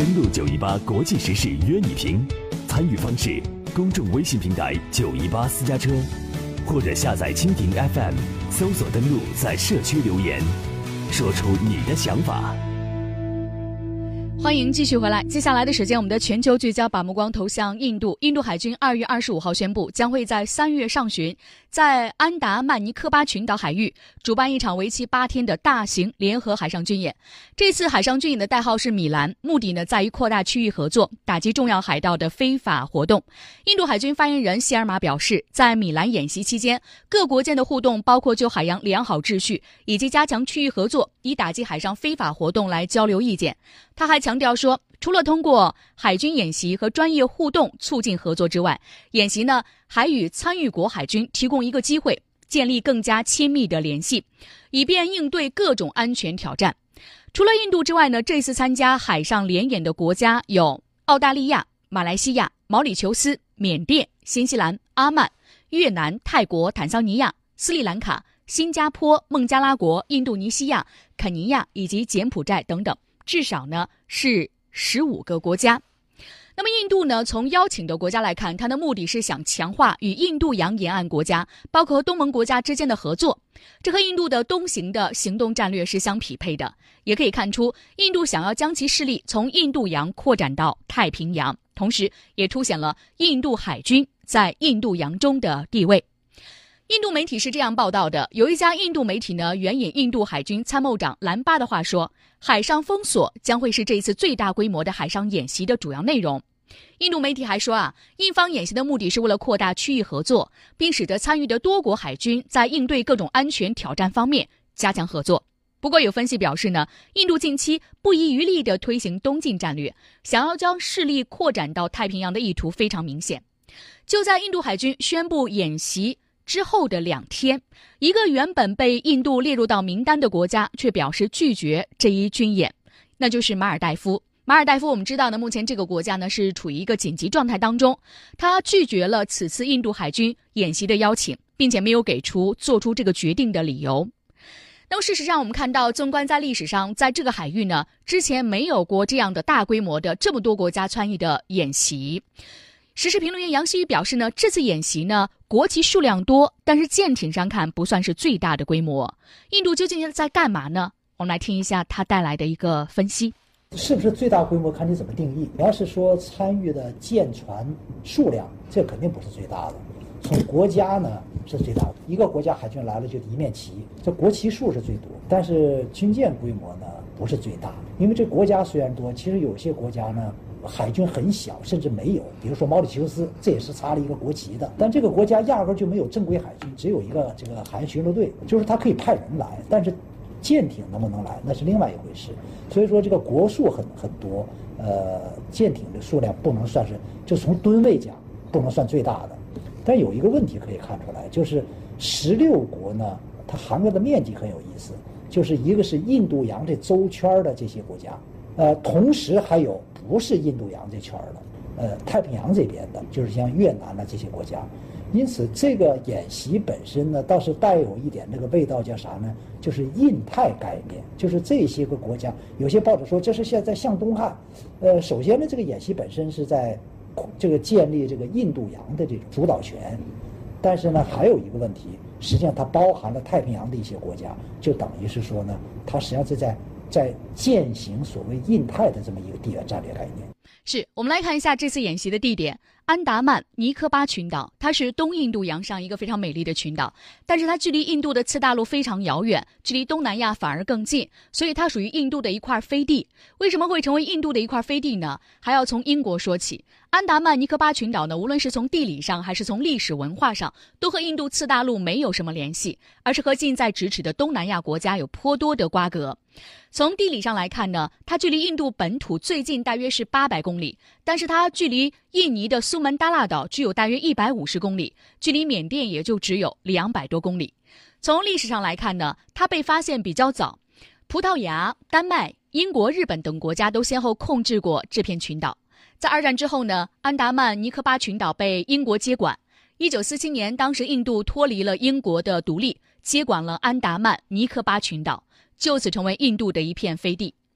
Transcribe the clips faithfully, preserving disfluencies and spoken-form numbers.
登录九一八国际时事约你评，参与方式：公众微信平台九一八私家车，或者下载蜻蜓 F M， 搜索登录在社区留言，说出你的想法。 欢迎继续回来，接下来的时间，我们的全球聚焦把目光投向印度。印度海军二月二十五号宣布，将会在三月上旬在安达曼尼科巴群岛海域主办一场为期八天的大型联合海上军演。这次海上军演的代号是米兰，目的呢在于扩大区域合作，打击重要海盗的非法活动。印度海军发言人希尔玛表示，在米兰演习期间，各国间的互动包括就海洋良好秩序以及加强区域合作，以打击海上非法活动来交流意见。他还强调说，除了通过海军演习和专业互动促进合作之外，演习呢还与参与国海军提供一个机会，建立更加亲密的联系，以便应对各种安全挑战。除了印度之外呢，这次参加海上联演的国家有澳大利亚、马来西亚、毛里求斯、缅甸、新西兰、阿曼、越南、泰国、坦桑尼亚、斯里兰卡、新加坡、孟加拉国、印度尼西亚、肯尼亚以及柬埔寨等等，至少呢是十五个国家。那么印度呢，从邀请的国家来看，它的目的是想强化与印度洋沿岸国家，包括东盟国家之间的合作，这和印度的东行的行动战略是相匹配的。也可以看出，印度想要将其势力从印度洋扩展到太平洋，同时也凸显了印度海军在印度洋中的地位。印度媒体是这样报道的，有一家印度媒体呢援引印度海军参谋长兰巴的话说，海上封锁将会是这次最大规模的海上演习的主要内容。印度媒体还说啊，印方演习的目的是为了扩大区域合作，并使得参与的多国海军在应对各种安全挑战方面加强合作。不过有分析表示呢，印度近期不遗余力地推行东进战略，想要将势力扩展到太平洋的意图非常明显。就在印度海军宣布演习之后的两天，一个原本被印度列入到名单的国家却表示拒绝这一军演，那就是马尔代夫。马尔代夫我们知道呢，目前这个国家呢是处于一个紧急状态当中，他拒绝了此次印度海军演习的邀请，并且没有给出做出这个决定的理由。那么事实上我们看到，纵观在历史上，在这个海域呢，之前没有过这样的大规模的这么多国家参与的演习。时事评论员杨希宇表示呢，这次演习呢，国旗数量多，但是舰艇上看不算是最大的规模。印度究竟在干嘛呢？我们来听一下他带来的一个分析。 是不是最大规模看你怎么定义。你要是说参与的舰船数量，这肯定不是最大的。从国家呢是最大的，一个国家海军来了就一面旗，这国旗数是最多，但是军舰规模呢不是最大。因为这国家虽然多，其实有些国家呢海军很小，甚至没有。比如说毛里求斯，这也是插了一个国旗的，但这个国家压根就没有正规海军，只有一个这个海岸巡逻队，就是它可以派人来，但是舰艇能不能来那是另外一回事。所以说这个国数很很多，呃，舰艇的数量不能算是，就从吨位讲不能算最大的。但有一个问题可以看出来，就是十六国呢，它涵盖的面积很有意思，就是一个是印度洋这周圈的这些国家，呃，同时还有不是印度洋这圈的，呃，太平洋这边的，就是像越南啊这些国家。因此这个演习本身呢，倒是带有一点这个味道，叫啥呢？就是印太概念，就是这些个国家，有些报纸说这是现在向东汉。呃，首先呢，这个演习本身是在这个建立这个印度洋的这种主导权，但是呢，还有一个问题，实际上它包含了太平洋的一些国家，就等于是说呢，它实际上是在在践行所谓印太的这么一个地缘战略概念。 是，我们来看一下这次演习的地点。安达曼尼科巴群岛，它是东印度洋上一个非常美丽的群岛，但是它距离印度的次大陆非常遥远，距离东南亚反而更近，所以它属于印度的一块飞地。为什么会成为印度的一块飞地呢？还要从英国说起。安达曼尼科巴群岛呢，无论是从地理上还是从历史文化上，都和印度次大陆没有什么联系，而是和近在咫尺的东南亚国家有颇多的瓜葛。从地理上来看呢，它距离印度本土最近大约是八百公里，但是它距离印尼的苏门答腊岛只有大约一百五十公里，距离缅甸也就只有两百多公里。从历史上来看呢，它被发现比较早，葡萄牙、丹麦、英国、日本等国家都先后控制过这片群岛。在二战之后呢，安达曼尼科巴群岛被英国接管。一九四七年，当时印度脱离了英国的独立，接管了安达曼尼科巴群岛，就此成为印度的一片飞地。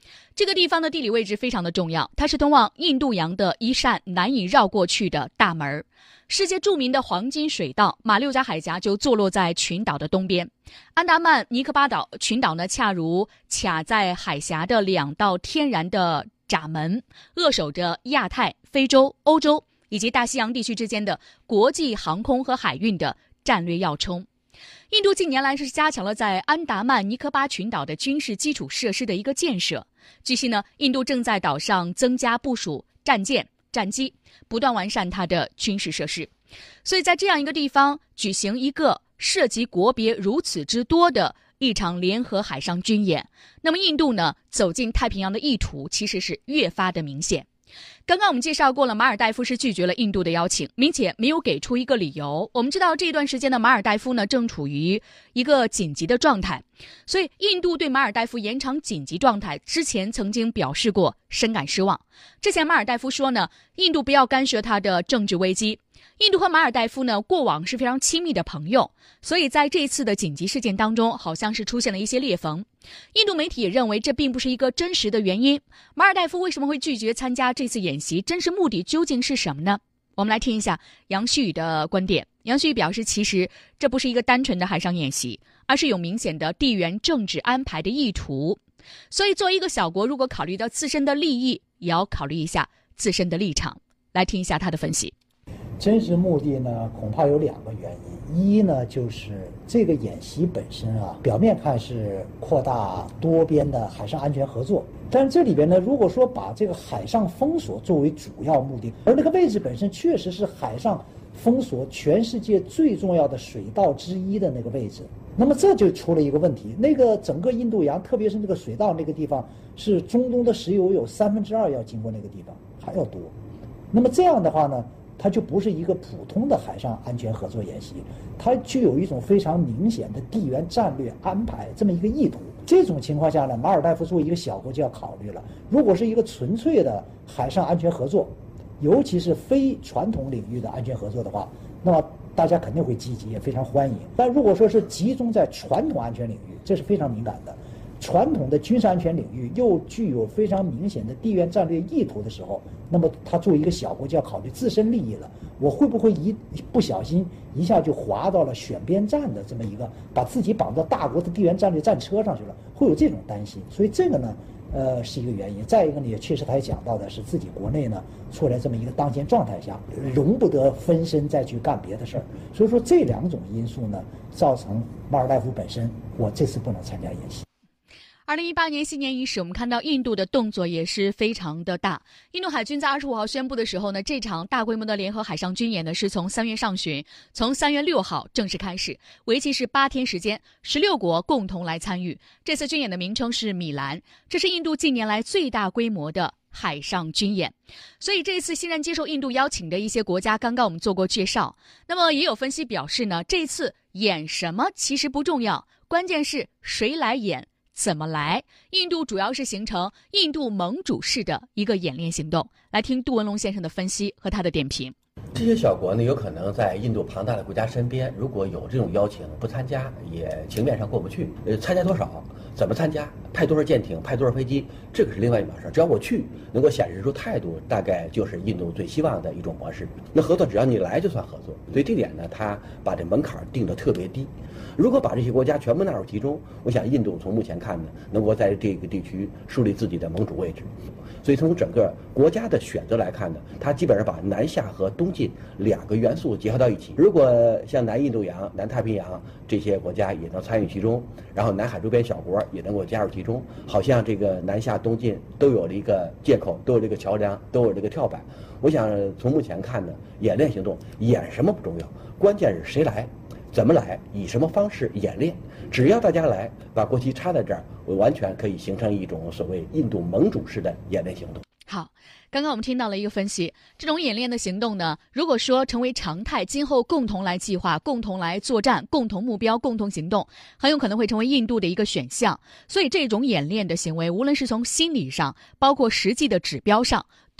这个地方的地理位置非常的重要，它是通往印度洋的一扇难以绕过去的大门。世界著名的黄金水道马六甲海峡就坐落在群岛的东边，安达曼尼科巴岛群岛呢，恰如卡在海峡的两道天然的闸门，扼守着亚太、非洲、欧洲以及大西洋地区之间的国际航空和海运的战略要冲。印度近年来是加强了在安达曼尼科巴群岛的军事基础设施的一个建设。据悉呢，印度正在岛上增加部署战舰、战机，不断完善它的军事设施。所以在这样一个地方举行一个涉及国别如此之多的一场联合海上军演，那么印度呢走进太平洋的意图其实是越发的明显。刚刚我们介绍过了，马尔代夫是拒绝了印度的邀请，并且没有给出一个理由。我们知道这段时间的马尔代夫呢正处于一个紧急的状态，所以印度对马尔代夫延长紧急状态之前曾经表示过深感失望。之前马尔代夫说呢，印度不要干涉他的政治危机。印度和马尔代夫呢过往是非常亲密的朋友，所以在这次的紧急事件当中好像是出现了一些裂缝。印度媒体也认为这并不是一个真实的原因。马尔代夫为什么会拒绝参加这次演习，真实目的究竟是什么呢？我们来听一下杨旭宇的观点。杨旭宇表示，其实这不是一个单纯的海上演习，而是有明显的地缘政治安排的意图。所以作为一个小国，如果考虑到自身的利益，也要考虑一下自身的立场。来听一下他的分析。 真实目的呢，恐怕有两个原因。一呢，就是这个演习本身啊，表面看是扩大多边的海上安全合作，但是这里边呢，如果说把这个海上封锁作为主要目的，而那个位置本身确实是海上封锁全世界最重要的水道之一的那个位置，那么这就出了一个问题。那个整个印度洋，特别是那个水道那个地方，是中东的石油有三分之二要经过那个地方，还要多。那么这样的话呢，它就不是一个普通的海上安全合作演习，它具有一种非常明显的地缘战略安排这么一个意图。这种情况下呢，马尔代夫作为一个小国就要考虑了，如果是一个纯粹的海上安全合作，尤其是非传统领域的安全合作的话，那么大家肯定会积极，也非常欢迎。但如果说是集中在传统安全领域，这是非常敏感的。传统的军事安全领域又具有非常明显的地缘战略意图的时候，那么他作为一个小国就要考虑自身利益了。我会不会一不小心一下就滑到了选边站的这么一个，把自己绑到大国的地缘战略战车上去了，会有这种担心。所以这个呢，呃，是一个原因。再一个呢，也确实他也讲到的是自己国内呢处在这么一个当前状态下，容不得分身再去干别的事儿。所以说这两种因素呢，造成马尔代夫本身我这次不能参加演习。 二零一八年新年伊始，我们看到印度的动作也是非常的大。印度海军在二十五号宣布的时候呢，这场大规模的联合海上军演呢，是从三月上旬，从三月六号正式开始，为期是八天时间，十六国共同来参与。这次军演的名称是米兰，这是印度近年来最大规模的海上军演。所以这一次欣然接受印度邀请的一些国家，刚刚我们做过介绍。那么也有分析表示呢，这次演什么其实不重要，关键是谁来演，怎么来？印度主要是形成印度盟主式的一个演练行动。来听杜文龙先生的分析和他的点评。 这些小国呢，有可能在印度庞大的国家身边，如果有这种邀请，不参加也情面上过不去。呃，参加多少，怎么参加，派多少舰艇，派多少飞机，这个是另外一码事。只要我去，能够显示出态度，大概就是印度最希望的一种模式。那合作，只要你来就算合作。所以这点呢，他把这门槛定得特别低。如果把这些国家全部纳入其中，我想印度从目前看呢，能够在这个地区树立自己的盟主位置。所以从整个国家的选择来看呢，它基本上把南下和东进两个元素结合到一起。如果像南印度洋、南太平洋这些国家也能参与其中，然后南海周边小国也能够加入其中，好像这个南下东进都有了一个借口，都有这个桥梁，都有这个跳板。我想从目前看呢，演练行动演什么不重要，关键是谁来，怎么来，以什么方式演练。只要大家来，把国旗插在这儿，我完全可以形成一种所谓印度盟主式的演练行动。 好，刚刚我们听到了一个分析，这种演练的行动呢，如果说成为常态，今后共同来计划，共同来作战，共同目标，共同行动，很有可能会成为印度的一个选项。所以这种演练的行为，无论是从心理上，包括实际的指标上，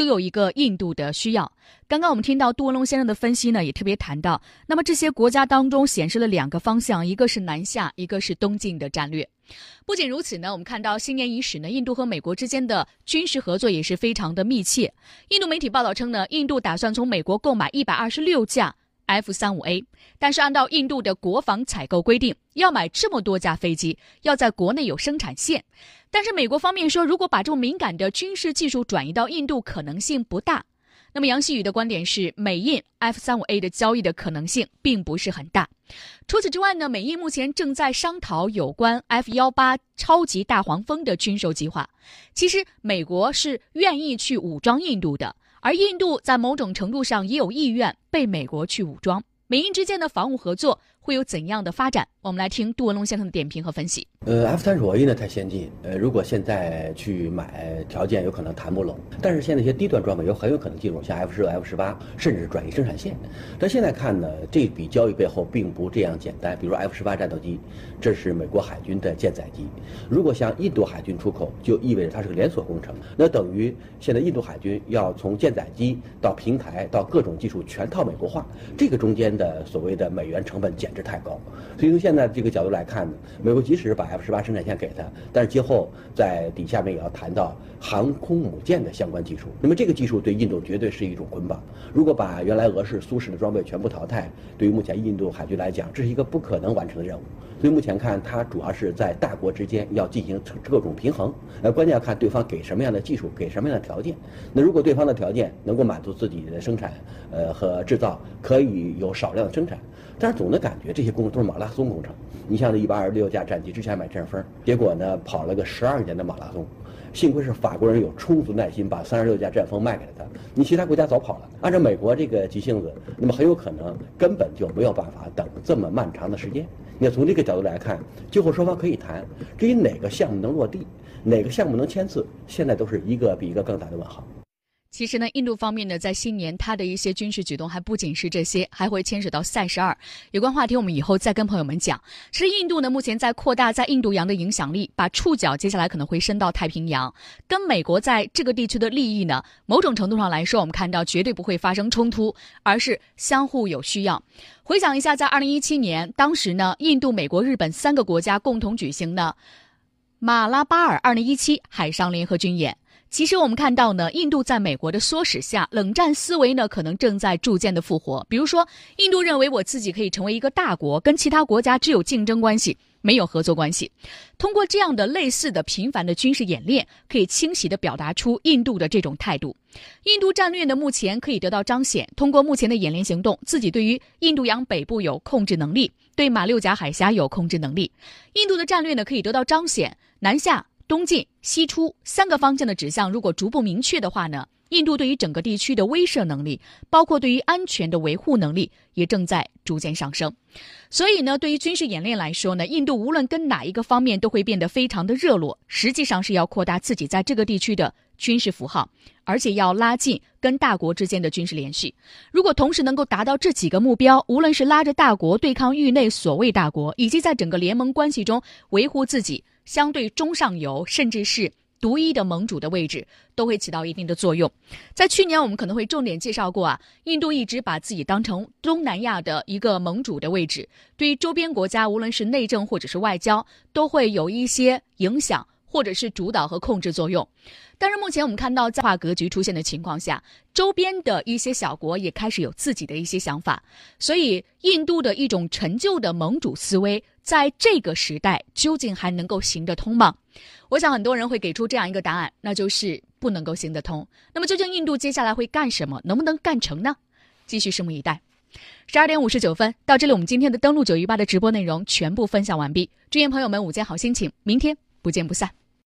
都有一个印度的需要。刚刚我们听到杜文龙先生的分析呢，也特别谈到，那么这些国家当中显示了两个方向，一个是南下，一个是东进的战略。不仅如此呢，我们看到新年伊始呢，印度和美国之间的军事合作也是非常的密切。印度媒体报道称呢，印度打算从美国购买一百二十六架 F 三十五 A， 但是按照印度的国防采购规定，要买这么多架飞机，要在国内有生产线。但是美国方面说，如果把这种敏感的军事技术转移到印度，可能性不大。那么杨希宇的观点是，美印 F 三十五 A 的交易的可能性并不是很大。除此之外呢，美印目前正在商讨有关 F 十八 超级大黄蜂的军售计划。其实美国是愿意去武装印度的，而印度在某种程度上也有意愿被美国去武装。美印之间的防务合作会有怎样的发展？我们来听杜文龙先生的点评和分析。 呃 ，F 三十五 A 呢太先进，呃，如果现在去买，条件有可能谈不拢。但是现在一些低端装备有很有可能进入，像 F 十六、F 十八，甚至转移生产线。但现在看呢，这笔交易背后并不这样简单。比如 F 十八战斗机，这是美国海军的舰载机，如果向印度海军出口，就意味着它是个连锁工程。那等于现在印度海军要从舰载机到平台到各种技术全套美国化，这个中间的所谓的美元成本简直太高。所以从现在这个角度来看呢，美国即使把 F 十八生产线给他，但是今后在底下面也要谈到航空母舰的相关技术。那么这个技术对印度绝对是一种捆绑。如果把原来俄式、苏式的装备全部淘汰，对于目前印度海军来讲，这是一个不可能完成的任务。所以目前看，它主要是在大国之间要进行各种平衡。呃，关键要看对方给什么样的技术，给什么样的条件。那如果对方的条件能够满足自己的生产，呃和制造，可以有少量的生产。但是总的感觉，这些工程都是马拉松工程。你像这一百二十六架战机之前买阵风，结果呢跑了个十二年的马拉松，幸亏是法国人有充足耐心把三十六架阵风卖给了他，你其他国家早跑了。按照美国这个急性子，那么很有可能根本就没有办法等这么漫长的时间。你从这个角度来看，今后双方可以谈，至于哪个项目能落地，哪个项目能签字，现在都是一个比一个更大的问号。 其实呢，印度方面呢，在新年它的一些军事举动还不仅是这些，还会牵扯到赛十二。有关话题我们以后再跟朋友们讲。其实印度呢，目前在扩大在印度洋的影响力，把触角接下来可能会伸到太平洋，跟美国在这个地区的利益呢，某种程度上来说，我们看到绝对不会发生冲突，而是相互有需要。回想一下，在二零一七年，当时呢，印度、美国、日本三个国家共同举行的马拉巴尔二零一七海上联合军演。其实我们看到呢，印度在美国的唆使下，冷战思维呢可能正在逐渐的复活。比如说，印度认为我自己可以成为一个大国，跟其他国家只有竞争关系，没有合作关系。通过这样的类似的频繁的军事演练，可以清晰地表达出印度的这种态度。印度战略呢，目前可以得到彰显。通过目前的演练行动，自己对于印度洋北部有控制能力，对马六甲海峡有控制能力。印度的战略呢，可以得到彰显。南下、东进、西出三个方向的指向如果逐步明确的话呢，印度对于整个地区的威慑能力，包括对于安全的维护能力也正在逐渐上升。所以呢，对于军事演练来说呢，印度无论跟哪一个方面都会变得非常的热络，实际上是要扩大自己在这个地区的军事符号，而且要拉近跟大国之间的军事联系。如果同时能够达到这几个目标，无论是拉着大国对抗域内所谓大国，以及在整个联盟关系中维护自己相对中上游甚至是独一的盟主的位置，都会起到一定的作用。在去年我们可能会重点介绍过啊，印度一直把自己当成东南亚的一个盟主的位置，对于周边国家无论是内政或者是外交都会有一些影响或者是主导和控制作用。但是目前我们看到在化格局出现的情况下，周边的一些小国也开始有自己的一些想法，所以印度的一种陈旧的盟主思维在这个时代究竟还能够行得通吗？我想很多人会给出这样一个答案，那就是不能够行得通。那么究竟印度接下来会干什么，能不能干成呢？继续拭目以待。十二点五十九分，到这里我们今天的登录九一八的直播内容全部分享完毕。祝愿朋友们午间好心情，明天不见不散。